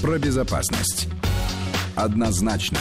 про безопасность. Однозначно.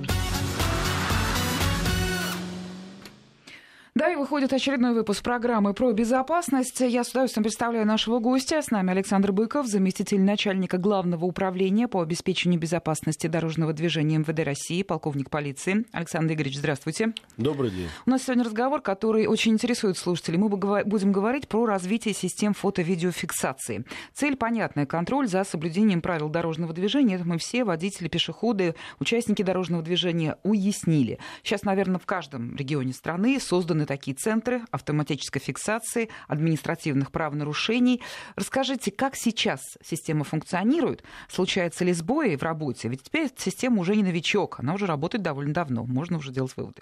Да, и выходит очередной выпуск программы про безопасность. Я с удовольствием представляю нашего гостя. С нами Александр Быков, заместитель начальника Главного управления по обеспечению безопасности дорожного движения МВД России, полковник полиции. Александр Игоревич, здравствуйте. Добрый день. У нас сегодня разговор, который очень интересует слушателей. Мы будем говорить про развитие систем фото-видеофиксации. Цель понятная — контроль за соблюдением правил дорожного движения. Это мы все, водители, пешеходы, участники дорожного движения, уяснили. Сейчас, наверное, в каждом регионе страны созданы такие центры автоматической фиксации административных правонарушений. Расскажите, как сейчас система функционирует? Случаются ли сбои в работе? Ведь теперь эта система уже не новичок, она уже работает довольно давно. Можно уже делать выводы.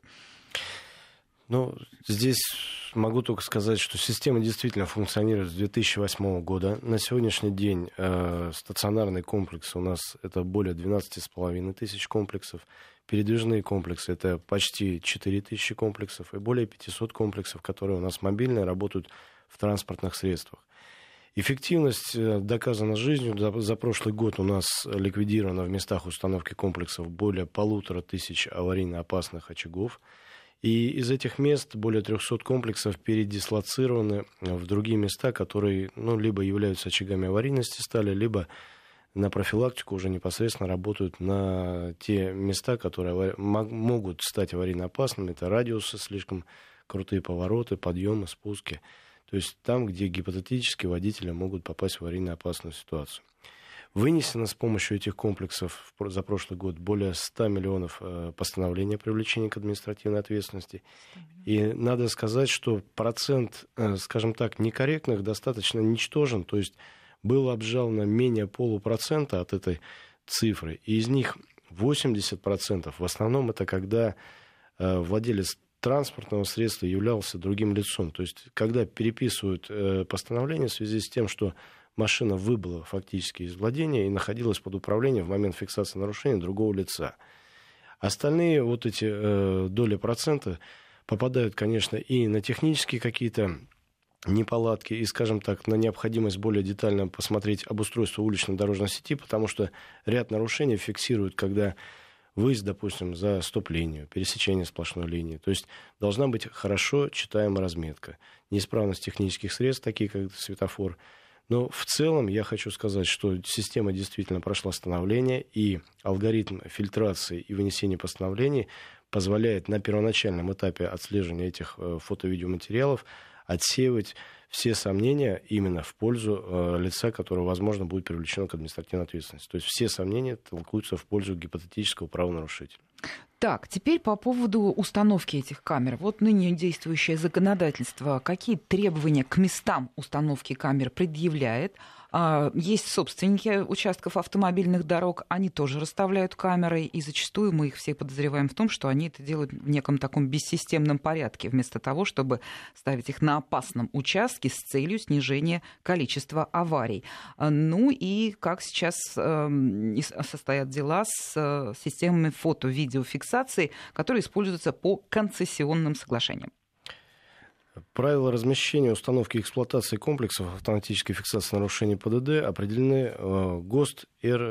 Ну, здесь могу только сказать, что система действительно функционирует с 2008 года. На сегодняшний день стационарный комплекс у нас это более 12,5 тысяч комплексов. Передвижные комплексы — это почти 4000 комплексов и более 500 комплексов, которые у нас мобильные, работают в транспортных средствах. Эффективность доказана жизнью. За прошлый год у нас ликвидировано в местах установки комплексов более 1500 аварийно опасных очагов. И из этих мест более 300 комплексов передислоцированы в другие места, которые либо являются очагами аварийности стали, либо на профилактику уже непосредственно работают на те места, которые могут стать аварийно опасными. Это радиусы, слишком крутые повороты, подъемы, спуски. То есть там, где гипотетически водители могут попасть в аварийно опасную ситуацию. Вынесено с помощью этих комплексов за прошлый год более 100 миллионов постановлений о привлечении к административной ответственности. И надо сказать, что процент, скажем так, некорректных достаточно ничтожен. То есть было обжаловано менее 0,5% от этой цифры. И из них 80% в основном это когда владелец транспортного средства являлся другим лицом. То есть когда переписывают постановление в связи с тем, что машина выбыла фактически из владения и находилась под управлением в момент фиксации нарушения другого лица. Остальные вот эти доли процента попадают, конечно, и на технические какие-то неполадки, и, скажем так, на необходимость более детально посмотреть обустройство уличной дорожной сети, потому что ряд нарушений фиксируют, когда выезд, допустим, за стоп-линию, пересечение сплошной линии. То есть должна быть хорошо читаемая разметка. Неисправность технических средств, такие как светофор. Но в целом я хочу сказать, что система действительно прошла становление, и алгоритм фильтрации и вынесения постановлений позволяет на первоначальном этапе отслеживания этих фото-видеоматериалов отсеивать все сомнения именно в пользу лица, которое, возможно, будет привлечено к административной ответственности. То есть все сомнения толкуются в пользу гипотетического правонарушителя. Так, теперь по поводу установки этих камер. Вот ныне действующее законодательство, какие требования к местам установки камер предъявляет? Есть собственники участков автомобильных дорог, они тоже расставляют камеры, и зачастую мы их все подозреваем в том, что они это делают в неком таком бессистемном порядке, вместо того, чтобы ставить их на опасном участке с целью снижения количества аварий. Ну и как сейчас состоят дела с системами фото-видеофиксации, которые используются по концессионным соглашениям? Правила размещения, установки и эксплуатации комплексов автоматической фиксации нарушений ПДД определены ГОСТ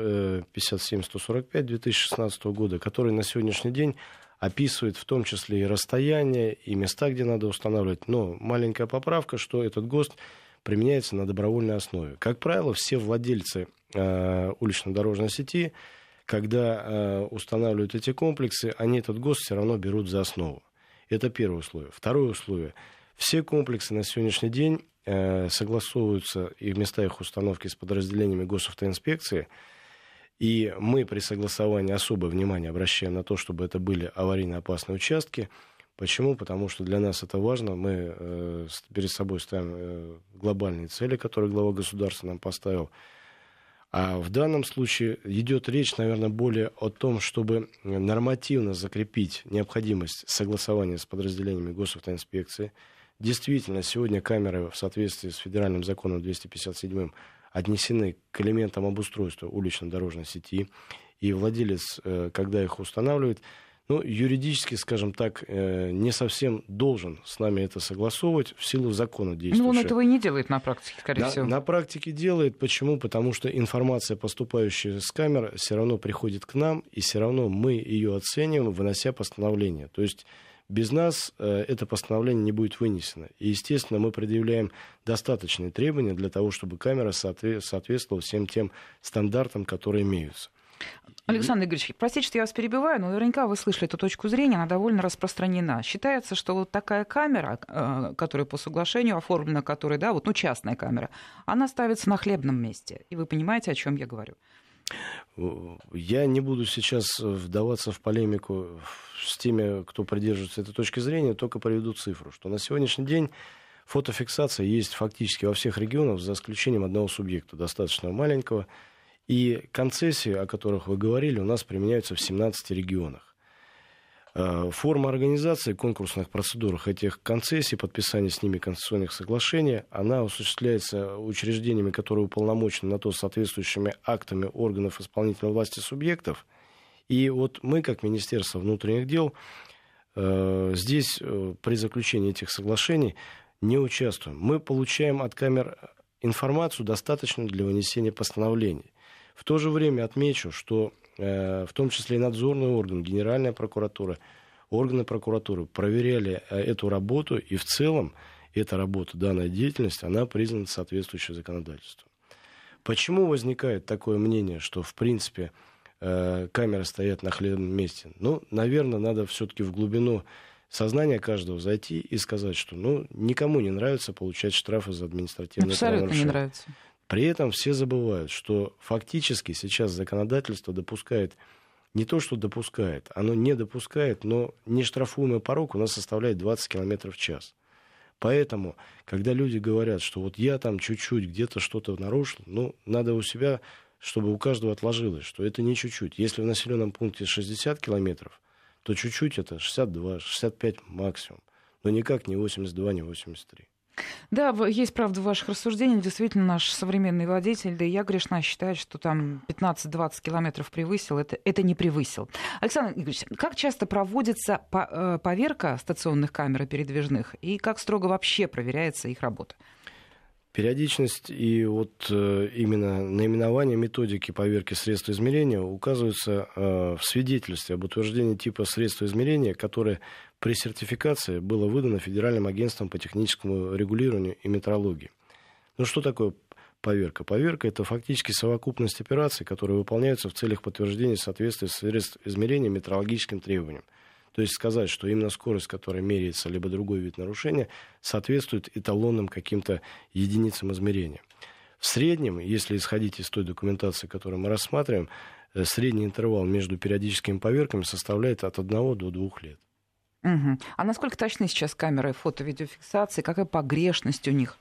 Р-57145 2016 года, который на сегодняшний день описывает в том числе и расстояние, и места, где надо устанавливать. Но маленькая поправка, что этот ГОСТ применяется на добровольной основе. Как правило, все владельцы улично-дорожной сети, когда устанавливают эти комплексы, они этот ГОСТ все равно берут за основу. Это первое условие. Второе условие. Все комплексы на сегодняшний день согласовываются и в места их установки с подразделениями госавтоинспекции. И мы при согласовании особое внимание обращаем на то, чтобы это были аварийно опасные участки. Почему? Потому что для нас это важно. Мы перед собой ставим глобальные цели, которые глава государства нам поставил. А в данном случае идет речь, наверное, более о том, чтобы нормативно закрепить необходимость согласования с подразделениями госавтоинспекции. Действительно, сегодня камеры в соответствии с федеральным законом 257 отнесены к элементам обустройства улично-дорожной сети. И владелец, когда их устанавливает, Ну, юридически, скажем так, не совсем должен с нами это согласовывать в силу закона действующего. Ну, он этого и не делает на практике, скорее всего. На практике делает. Почему? Потому что информация, поступающая с камер, все равно приходит к нам, и все равно мы ее оцениваем, вынося постановление. То есть без нас это постановление не будет вынесено. И, естественно, мы предъявляем достаточные требования для того, чтобы камера соответствовала всем тем стандартам, которые имеются. Александр Игоревич, простите, что я вас перебиваю, но наверняка вы слышали эту точку зрения, она довольно распространена. Считается, что вот такая камера, которая по соглашению оформлена, которая, да, вот, ну, частная камера, она ставится на хлебном месте. И вы понимаете, о чем я говорю? Я не буду сейчас вдаваться в полемику с теми, кто придерживается этой точки зрения, только приведу цифру, что на сегодняшний день фотофиксация есть фактически во всех регионах, за исключением одного субъекта, достаточно маленького. И концессии, о которых вы говорили, у нас применяются в 17 регионах. Форма организации конкурсных процедур этих концессий, подписания с ними концессионных соглашений, она осуществляется учреждениями, которые уполномочены на то соответствующими актами органов исполнительной власти субъектов. И вот мы, как Министерство внутренних дел, здесь при заключении этих соглашений не участвуем. Мы получаем от камер информацию, достаточную для вынесения постановлений. В то же время отмечу, что в том числе и надзорный орган, Генеральная прокуратура, органы прокуратуры проверяли эту работу, и в целом эта работа, данная деятельность, она признана соответствующей законодательству. Почему возникает такое мнение, что в принципе камеры стоят на хлебном месте? Ну, наверное, надо все-таки в глубину сознания каждого зайти и сказать, что никому не нравится получать штрафы за административное правонарушение. Абсолютно не нравится. При этом все забывают, что фактически сейчас законодательство допускает, не то что допускает, оно не допускает, но нештрафуемый порог у нас составляет 20 км в час. Поэтому, когда люди говорят, что вот я там чуть-чуть где-то что-то нарушил, надо у себя, чтобы у каждого отложилось, что это не чуть-чуть. Если в населенном пункте 60 километров, то чуть-чуть это 62, 65 максимум, но никак не 82, не 83. Да, есть правда в ваших рассуждениях. Действительно, наш современный водитель, да и я грешна, считаю, что там 15-20 километров превысил. Это не превысил. Александр Игоревич, как часто проводится поверка стационных камер передвижных и как строго вообще проверяется их работа? Периодичность и вот именно наименование методики поверки средств измерения указываются в свидетельстве об утверждении типа средства измерения, которое при сертификации было выдано Федеральным агентством по техническому регулированию и метрологии. Ну что такое поверка? Поверка – это фактически совокупность операций, которые выполняются в целях подтверждения соответствия средств измерения метрологическим требованиям. То есть сказать, что именно скорость, которая меряется, либо другой вид нарушения, соответствует эталонным каким-то единицам измерения. В среднем, если исходить из той документации, которую мы рассматриваем, средний интервал между периодическими поверками составляет от 1 до 2 лет. Угу. А насколько точны сейчас камеры фото-видеофиксации? Какая погрешность у них?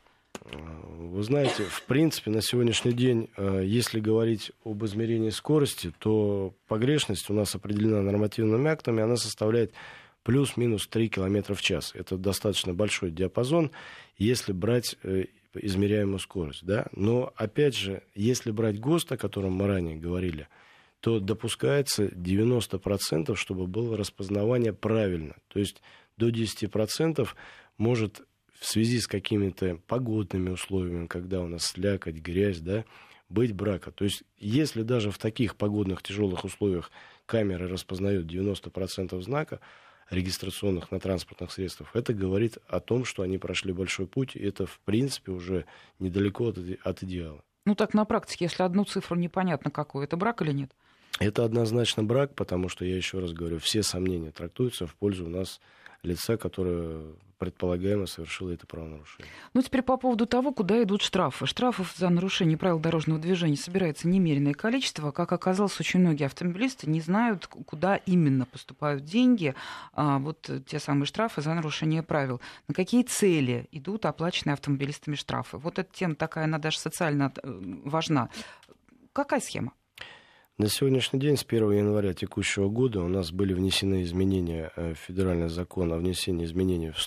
Вы знаете, в принципе, на сегодняшний день, если говорить об измерении скорости, то погрешность у нас определена нормативными актами, она составляет плюс-минус 3 км в час. Это достаточно большой диапазон, если брать измеряемую скорость. Да? Но, опять же, если брать ГОСТ, о котором мы ранее говорили, то допускается 90%, чтобы было распознавание правильно. То есть до 10% может в связи с какими-то погодными условиями, когда у нас слякоть, грязь, да, быть брака. То есть если даже в таких погодных тяжелых условиях камеры распознают 90% знака регистрационных на транспортных средствах, это говорит о том, что они прошли большой путь, и это, в принципе, уже недалеко от идеала. Ну так на практике, если одну цифру непонятно какую, это брак или нет? Это однозначно брак, потому что, я еще раз говорю, все сомнения трактуются в пользу у нас лица, которое предполагаемо совершило это правонарушение. Ну, теперь по поводу того, куда идут штрафы. Штрафов за нарушение правил дорожного движения собирается немеренное количество. Как оказалось, очень многие автомобилисты не знают, куда именно поступают деньги, вот те самые штрафы за нарушение правил. На какие цели идут оплаченные автомобилистами штрафы? Вот эта тема такая, она даже социально важна. Какая схема? На сегодняшний день, с 1 января текущего года, у нас были внесены изменения в федеральный закон о внесении изменений в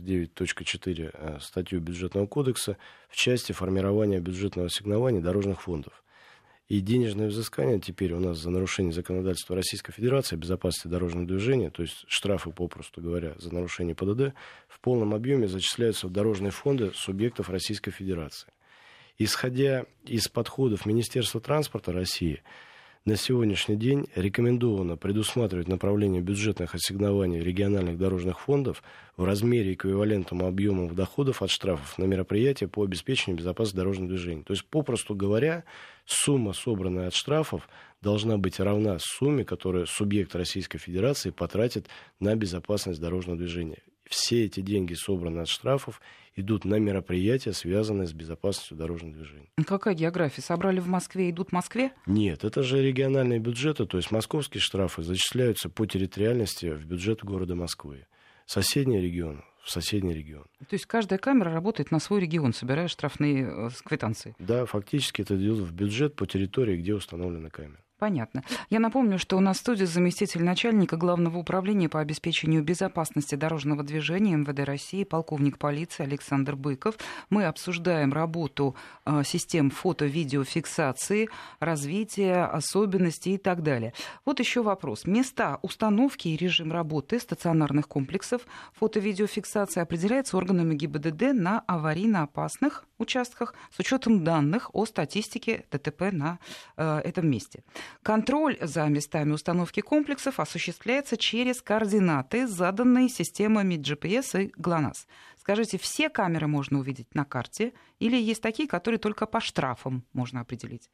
179.4 статью Бюджетного кодекса в части формирования бюджетного ассигнования дорожных фондов. И денежное взыскание теперь у нас за нарушение законодательства Российской Федерации о безопасности дорожного движения, то есть штрафы, попросту говоря, за нарушение ПДД, в полном объеме зачисляются в дорожные фонды субъектов Российской Федерации. Исходя из подходов Министерства транспорта России, на сегодняшний день рекомендовано предусматривать направление бюджетных ассигнований региональных дорожных фондов в размере эквивалентному объему доходов от штрафов на мероприятия по обеспечению безопасности дорожного движения. То есть, попросту говоря, сумма, собранная от штрафов, должна быть равна сумме, которую субъект Российской Федерации потратит на безопасность дорожного движения. Все эти деньги, собранные от штрафов, идут на мероприятия, связанные с безопасностью дорожного движения. Какая география? Собрали в Москве, идут в Москве? Нет, это же региональные бюджеты, то есть московские штрафы зачисляются по территориальности в бюджет города Москвы. Соседний регион в соседний регион. То есть каждая камера работает на свой регион, собирая штрафные квитанции? Да, фактически это идет в бюджет по территории, где установлена камера. Понятно. Я напомню, что у нас в студии заместитель начальника Главного управления по обеспечению безопасности дорожного движения МВД России, полковник полиции Александр Быков. Мы обсуждаем работу систем фото-видеофиксации, развитие, особенности и так далее. Вот еще вопрос. Места установки и режим работы стационарных комплексов фото-видеофиксации определяются органами ГИБДД на аварийно опасных участках с учетом данных о статистике ДТП на этом месте. Контроль за местами установки комплексов осуществляется через координаты, заданные системами GPS и ГЛОНАСС. Скажите, все камеры можно увидеть на карте или есть такие, которые только по штрафам можно определить?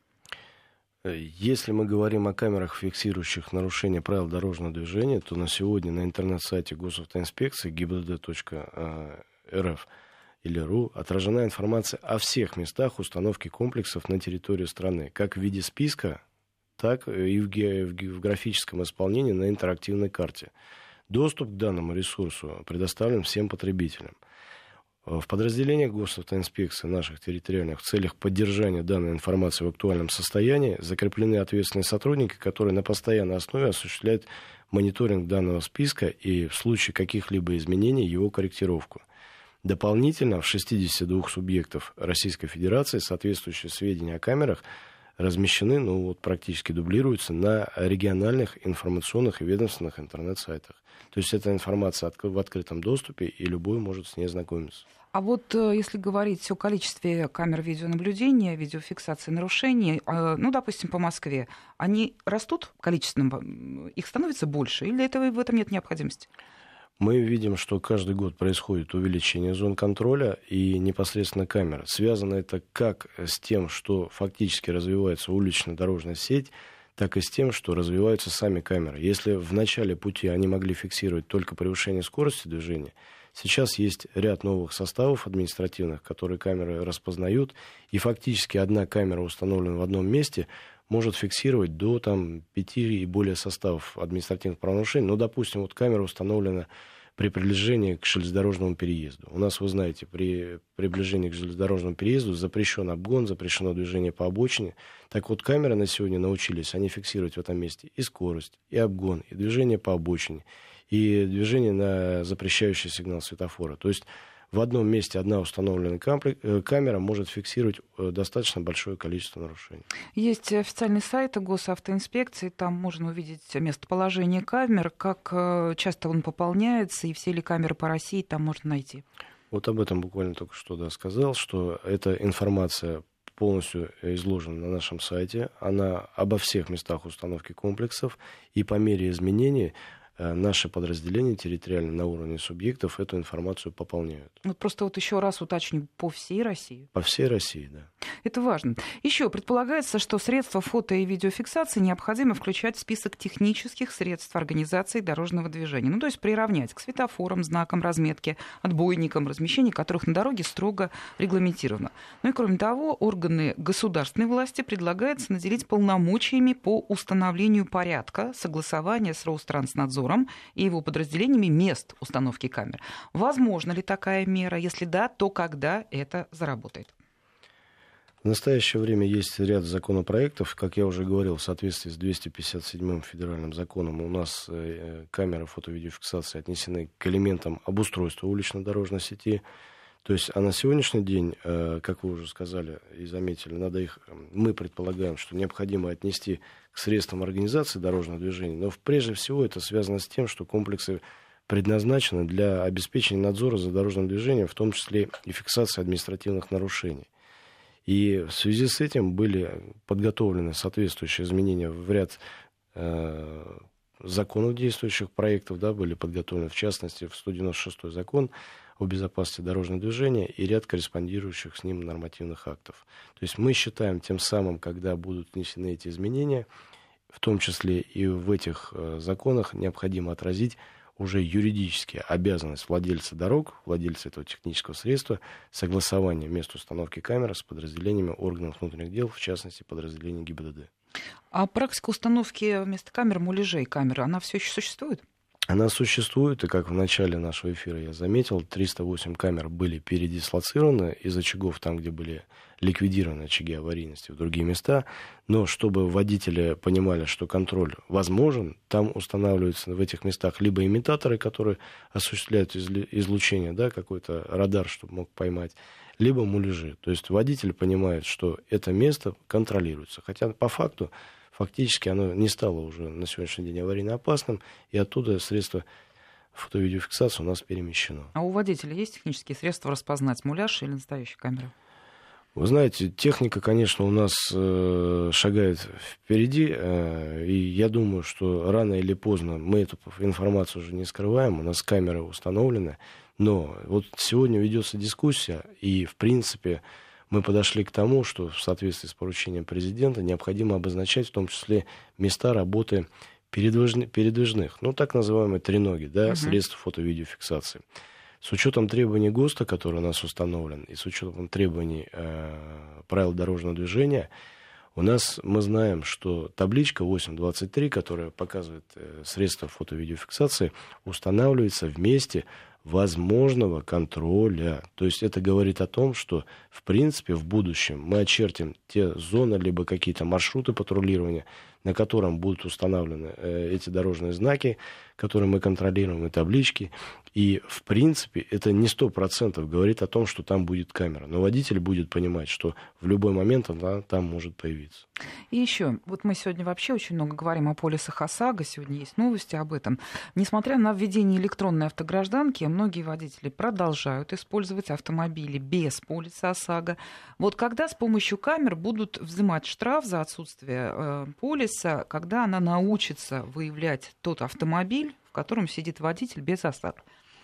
Если мы говорим о камерах, фиксирующих нарушение правил дорожного движения, то на сегодня на интернет-сайте госавтоинспекции gibdd.rf или РУ отражена информация о всех местах установки комплексов на территории страны, как в виде списка, так и в графическом исполнении на интерактивной карте. Доступ к данному ресурсу предоставлен всем потребителям. В подразделениях госавтоинспекции наших территориальных в целях поддержания данной информации в актуальном состоянии закреплены ответственные сотрудники, которые на постоянной основе осуществляют мониторинг данного списка и в случае каких-либо изменений его корректировку. Дополнительно в 62 субъектов Российской Федерации соответствующие сведения о камерах размещены, практически дублируются на региональных информационных и ведомственных интернет-сайтах. То есть эта информация в открытом доступе, и любой может с ней ознакомиться. А вот если говорить о количестве камер видеонаблюдения, видеофиксации нарушений, допустим, по Москве, они растут количественно, их становится больше, или в этом нет необходимости? Мы видим, что каждый год происходит увеличение зон контроля и непосредственно камер. Связано это как с тем, что фактически развивается улично-дорожная сеть, так и с тем, что развиваются сами камеры. Если в начале пути они могли фиксировать только превышение скорости движения, сейчас есть ряд новых составов административных, которые камеры распознают, и фактически одна камера, установленная в одном месте, может фиксировать до 5 и более составов административных правонарушений. Допустим, камера установлена при приближении к железнодорожному переезду. У нас, вы знаете, при приближении к железнодорожному переезду запрещен обгон, запрещено движение по обочине. Так вот, камеры на сегодня научились, они фиксировать в этом месте и скорость, и обгон, и движение по обочине, и движение на запрещающий сигнал светофора. То есть в одном месте одна установленная камера может фиксировать достаточно большое количество нарушений. Есть официальный сайт госавтоинспекции, там можно увидеть местоположение камер, как часто он пополняется, и все ли камеры по России там можно найти. Вот об этом буквально только что сказал, что эта информация полностью изложена на нашем сайте, она обо всех местах установки комплексов, и по мере изменений наши подразделения территориально на уровне субъектов эту информацию пополняют. Просто еще раз уточню, по всей России? По всей России, да. Это важно. Еще предполагается, что средства фото- и видеофиксации необходимо включать в список технических средств организации дорожного движения. То есть приравнять к светофорам, знакам разметки, отбойникам, размещение которых на дороге строго регламентировано. И кроме того, органы государственной власти предлагается наделить полномочиями по установлению порядка, согласования с Ространснадзором и его подразделениями мест установки камер. Возможно ли такая мера? Если да, то когда это заработает? В настоящее время есть ряд законопроектов. Как я уже говорил, в соответствии с 257-м федеральным законом у нас камеры фото-видеофиксации отнесены к элементам обустройства улично-дорожной сети. То есть, а на сегодняшний день, как вы уже сказали и заметили, мы предполагаем, что необходимо отнести к средствам организации дорожного движения, но прежде всего это связано с тем, что комплексы предназначены для обеспечения надзора за дорожным движением, в том числе и фиксации административных нарушений. И в связи с этим были подготовлены соответствующие изменения в ряд законов действующих проектов, да, были подготовлены, в частности, в 196-й закон о безопасности дорожного движения и ряд корреспондирующих с ним нормативных актов. То есть мы считаем тем самым, когда будут внесены эти изменения, в том числе и в этих законах необходимо отразить уже юридически обязанность владельца дорог, владельца этого технического средства, согласования места установки камер с подразделениями органов внутренних дел, в частности, подразделений ГИБДД. А практика установки вместо камер муляжей камеры, она все еще существует? Она существует, и как в начале нашего эфира я заметил, 308 камер были передислоцированы из очагов, там, где были ликвидированы очаги аварийности, в другие места. Но чтобы водители понимали, что контроль возможен, там устанавливаются в этих местах либо имитаторы, которые осуществляют излучение, да, какой-то радар, чтобы мог поймать, либо муляжи. То есть водитель понимает, что это место контролируется. Хотя по факту, фактически оно не стало уже на сегодняшний день аварийно опасным, и оттуда средство фото-видеофиксации у нас перемещено. А у водителя есть технические средства распознать муляж или настоящую камеру? Вы знаете, техника, конечно, у нас шагает впереди, и я думаю, что рано или поздно мы эту информацию уже не скрываем, у нас камеры установлены, но вот сегодня ведется дискуссия, и, в принципе, мы подошли к тому, что в соответствии с поручением президента необходимо обозначать в том числе места работы передвижных, ну, так называемые треноги, да, средств фото-видеофиксации. С учетом требований ГОСТа, который у нас установлен, и с учетом требований правил дорожного движения, у нас, мы знаем, что табличка 8.23, которая показывает средства фото-видеофиксации, устанавливается в месте возможного контроля. То есть это говорит о том, что, в принципе, в будущем мы очертим те зоны, либо какие-то маршруты патрулирования, на котором будут установлены эти дорожные знаки, которые мы контролируем, и таблички. И, в принципе, это не 100% говорит о том, что там будет камера. Но водитель будет понимать, что в любой момент она там может появиться. И еще, вот мы сегодня вообще очень много говорим о полисах ОСАГО, сегодня есть новости об этом. Несмотря на введение электронной автогражданки, многие водители продолжают использовать автомобили без полиса ОСАГО. Вот когда с помощью камер будут взимать штраф за отсутствие полиса, когда она научится выявлять тот автомобиль, в котором сидит водитель без ОСАГО?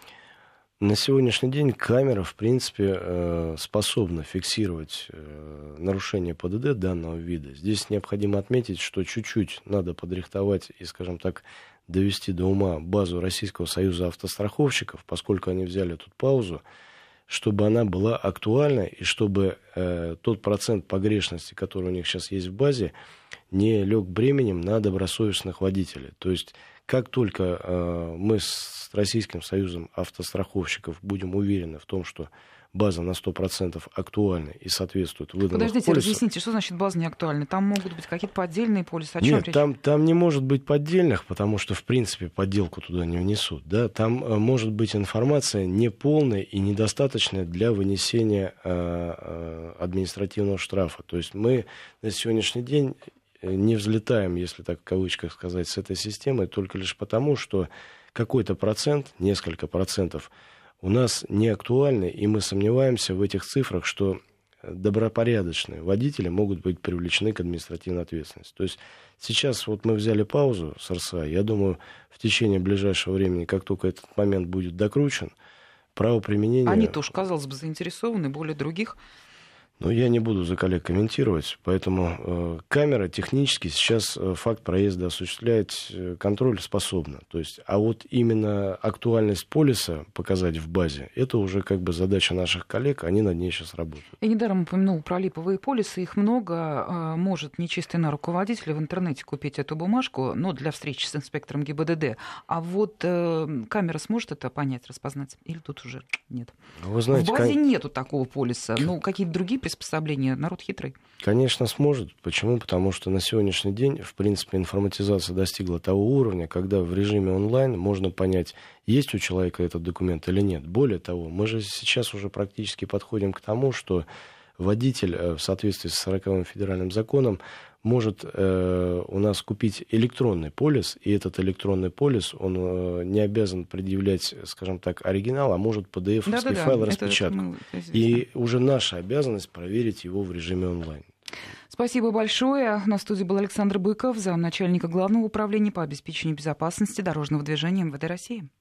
На сегодняшний день камера, в принципе, способна фиксировать нарушение ПДД данного вида. Здесь необходимо отметить, что чуть-чуть надо подрихтовать и, скажем так, довести до ума базу Российского союза автостраховщиков, поскольку они взяли тут паузу, чтобы она была актуальна и чтобы тот процент погрешности, который у них сейчас есть в базе, не лег бременем на добросовестных водителей. То есть как только мы с Российским союзом автостраховщиков будем уверены в том, что база на 100% актуальна и соответствует выданному Подождите, полису... разъясните, что значит база не актуальна? Там могут быть какие-то поддельные полисы? О чем Нет, речь? там не может быть поддельных, потому что, в принципе, подделку туда не внесут. Да? Там может быть информация неполная и недостаточная для вынесения административного штрафа. То есть мы на сегодняшний день не взлетаем, если так в кавычках сказать, с этой системой только лишь потому, что какой-то процент, несколько процентов у нас не актуальны, и мы сомневаемся в этих цифрах, что добропорядочные водители могут быть привлечены к административной ответственности. То есть сейчас вот мы взяли паузу с РСА, я думаю, в течение ближайшего времени, как только этот момент будет докручен, правоприменение... Они тоже, казалось бы, заинтересованы, более других. Но я не буду за коллег комментировать, поэтому камера технически сейчас факт проезда осуществляет контроль способна. То есть, а вот именно актуальность полиса показать в базе, это уже как бы задача наших коллег, они над ней сейчас работают. Я недаром упомянул про липовые полисы, их много. Может нечистый на руководителя в интернете купить эту бумажку, но для встречи с инспектором ГИБДД. А вот камера сможет это понять, распознать? Или тут уже нет? Вы знаете, в базе нету такого полиса. Ну, какие-то другие приспособление. Народ хитрый. Конечно, сможет. Почему? Потому что на сегодняшний день, в принципе, информатизация достигла того уровня, когда в режиме онлайн можно понять, есть у человека этот документ или нет. Более того, мы же сейчас уже практически подходим к тому, что водитель в соответствии с 40-м федеральным законом может у нас купить электронный полис, и этот электронный полис, он не обязан предъявлять, скажем так, оригинал, а может PDF-овский файл распечатку. И уже наша обязанность проверить его в режиме онлайн. Спасибо большое. На студии был Александр Быков, замначальника Главного управления по обеспечению безопасности дорожного движения МВД России.